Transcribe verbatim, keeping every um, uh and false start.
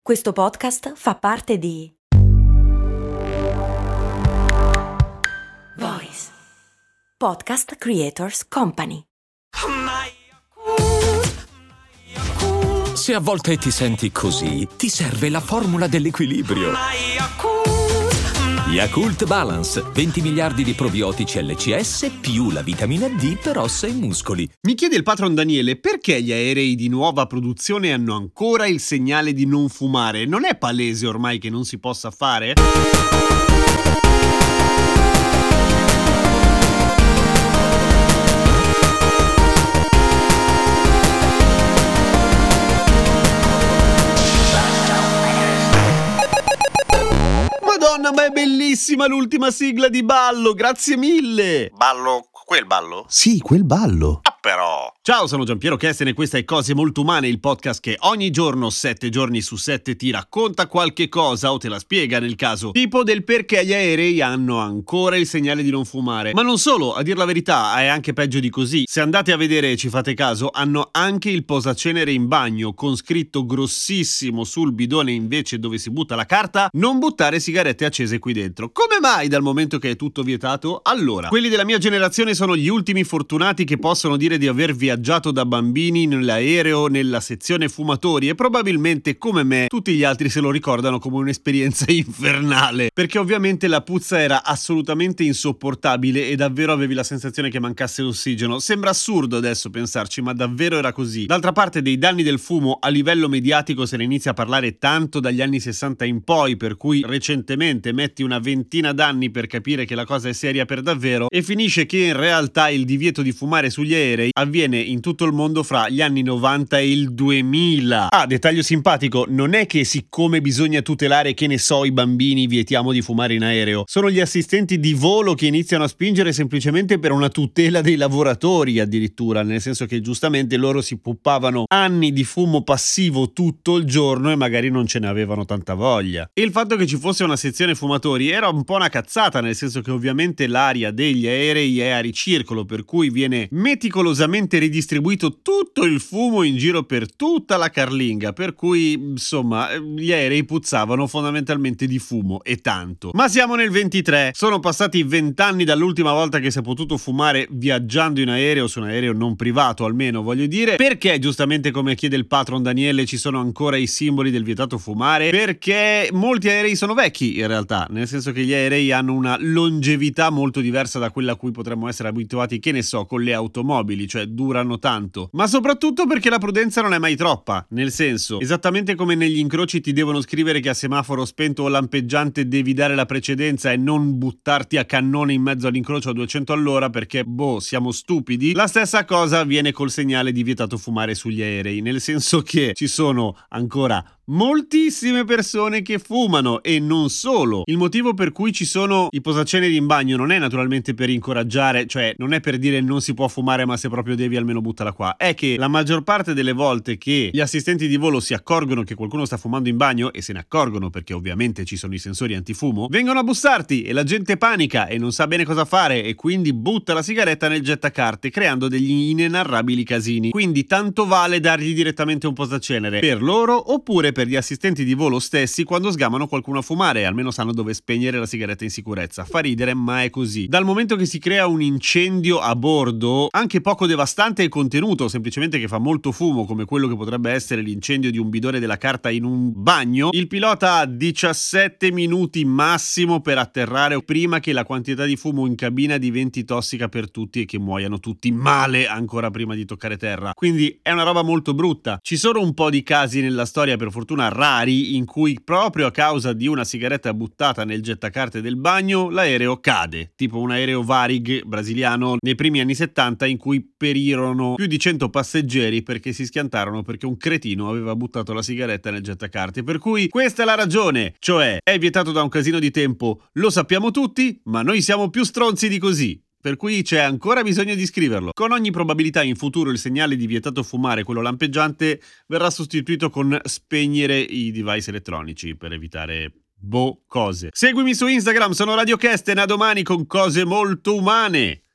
Questo podcast fa parte di Voice Podcast Creators Company. Se a volte ti senti così, ti serve la formula dell'equilibrio. Yakult Balance, venti miliardi di probiotici L C S più la vitamina D per ossa e muscoli. Mi chiede il patron Daniele perché gli aerei di nuova produzione hanno ancora il segnale di non fumare. Non è palese ormai che non si possa fare? Madonna, ma è bellissima l'ultima sigla di Ballo, grazie mille! Ballo? Quel ballo? Sì, quel ballo. Ah, però! Ciao, sono Giampiero Kesten e questa è Cose Molto Umane, il podcast che ogni giorno, sette giorni su sette, ti racconta qualche cosa o te la spiega nel caso, tipo del perché gli aerei hanno ancora il segnale di non fumare. Ma non solo, a dir la verità, è anche peggio di così. Se andate a vedere e ci fate caso, hanno anche il posacenere in bagno, con scritto grossissimo sul bidone invece dove si butta la carta, non buttare sigarette accese qui dentro. Come mai dal momento che è tutto vietato? Allora, quelli della mia generazione sono gli ultimi fortunati che possono dire di aver viaggiato da bambini nell'aereo nella sezione fumatori e probabilmente come me tutti gli altri se lo ricordano come un'esperienza infernale, perché ovviamente la puzza era assolutamente insopportabile e davvero avevi la sensazione che mancasse l'ossigeno. Sembra assurdo adesso pensarci, ma davvero era così. D'altra parte dei danni del fumo a livello mediatico se ne inizia a parlare tanto dagli anni sessanta in poi, per cui recentemente metti una ventina d'anni per capire che la cosa è seria per davvero e finisce che in realtà il divieto di fumare sugli aerei avviene in tutto il mondo fra gli anni novanta e il duemila. Ah, dettaglio simpatico, non è che siccome bisogna tutelare, che ne so, i bambini, vietiamo di fumare in aereo. Sono gli assistenti di volo che iniziano a spingere semplicemente per una tutela dei lavoratori addirittura, nel senso che giustamente loro si puppavano anni di fumo passivo tutto il giorno e magari non ce ne avevano tanta voglia. E il fatto che ci fosse una sezione fumatori era un po' una cazzata, nel senso che ovviamente l'aria degli aerei è a ricircolo, per cui viene meticolosamente ridistribuito tutto il fumo in giro per tutta la carlinga, per cui insomma gli aerei puzzavano fondamentalmente di fumo e tanto. Ma siamo nel ventitré, sono passati vent'anni dall'ultima volta che si è potuto fumare viaggiando in aereo, su un aereo non privato almeno voglio dire. Perché giustamente come chiede il patron Daniele ci sono ancora i simboli del vietato fumare? Perché molti aerei sono vecchi in realtà, nel senso che gli aerei hanno una longevità molto diversa da quella a cui potremmo essere abituati, che ne so, con le automobili, cioè durano tanto. Ma soprattutto perché la prudenza non è mai troppa, nel senso, esattamente come negli incroci ti devono scrivere che a semaforo spento o lampeggiante devi dare la precedenza e non buttarti a cannone in mezzo all'incrocio a duecento all'ora perché, boh, siamo stupidi, la stessa cosa avviene col segnale di vietato fumare sugli aerei, nel senso che ci sono ancora moltissime persone che fumano e non solo. Il motivo per cui ci sono i posaceneri in bagno non è naturalmente per incoraggiare, cioè non è per dire non si può fumare ma se proprio devi almeno buttala qua, è che la maggior parte delle volte che gli assistenti di volo si accorgono che qualcuno sta fumando in bagno, e se ne accorgono perché ovviamente ci sono i sensori antifumo, vengono a bussarti e la gente panica e non sa bene cosa fare e quindi butta la sigaretta nel gettacarte creando degli inenarrabili casini. Quindi tanto vale dargli direttamente un posacenere per loro oppure per gli assistenti di volo stessi quando sgamano qualcuno a fumare, almeno sanno dove spegnere la sigaretta in sicurezza. Fa ridere, ma è così. Dal momento che si crea un incendio a bordo, anche poco devastante e contenuto, semplicemente che fa molto fumo, come quello che potrebbe essere l'incendio di un bidone della carta in un bagno, il pilota ha diciassette minuti massimo per atterrare prima che la quantità di fumo in cabina diventi tossica per tutti e che muoiano tutti male ancora prima di toccare terra. Quindi è una roba molto brutta. Ci sono un po' di casi nella storia, per fortuna rari, in cui proprio a causa di una sigaretta buttata nel gettacarte del bagno l'aereo cade, tipo un aereo Varig brasiliano nei primi anni settanta in cui perirono più di cento passeggeri perché si schiantarono perché un cretino aveva buttato la sigaretta nel gettacarte. Per cui questa è la ragione, cioè è vietato da un casino di tempo, lo sappiamo tutti, ma noi siamo più stronzi di così. Per cui c'è ancora bisogno di scriverlo. Con ogni probabilità in futuro il segnale di vietato fumare, quello lampeggiante, verrà sostituito con spegnere i device elettronici per evitare boh cose. Seguimi su Instagram, sono Radio Kesten, a domani con Cose Molto Umane.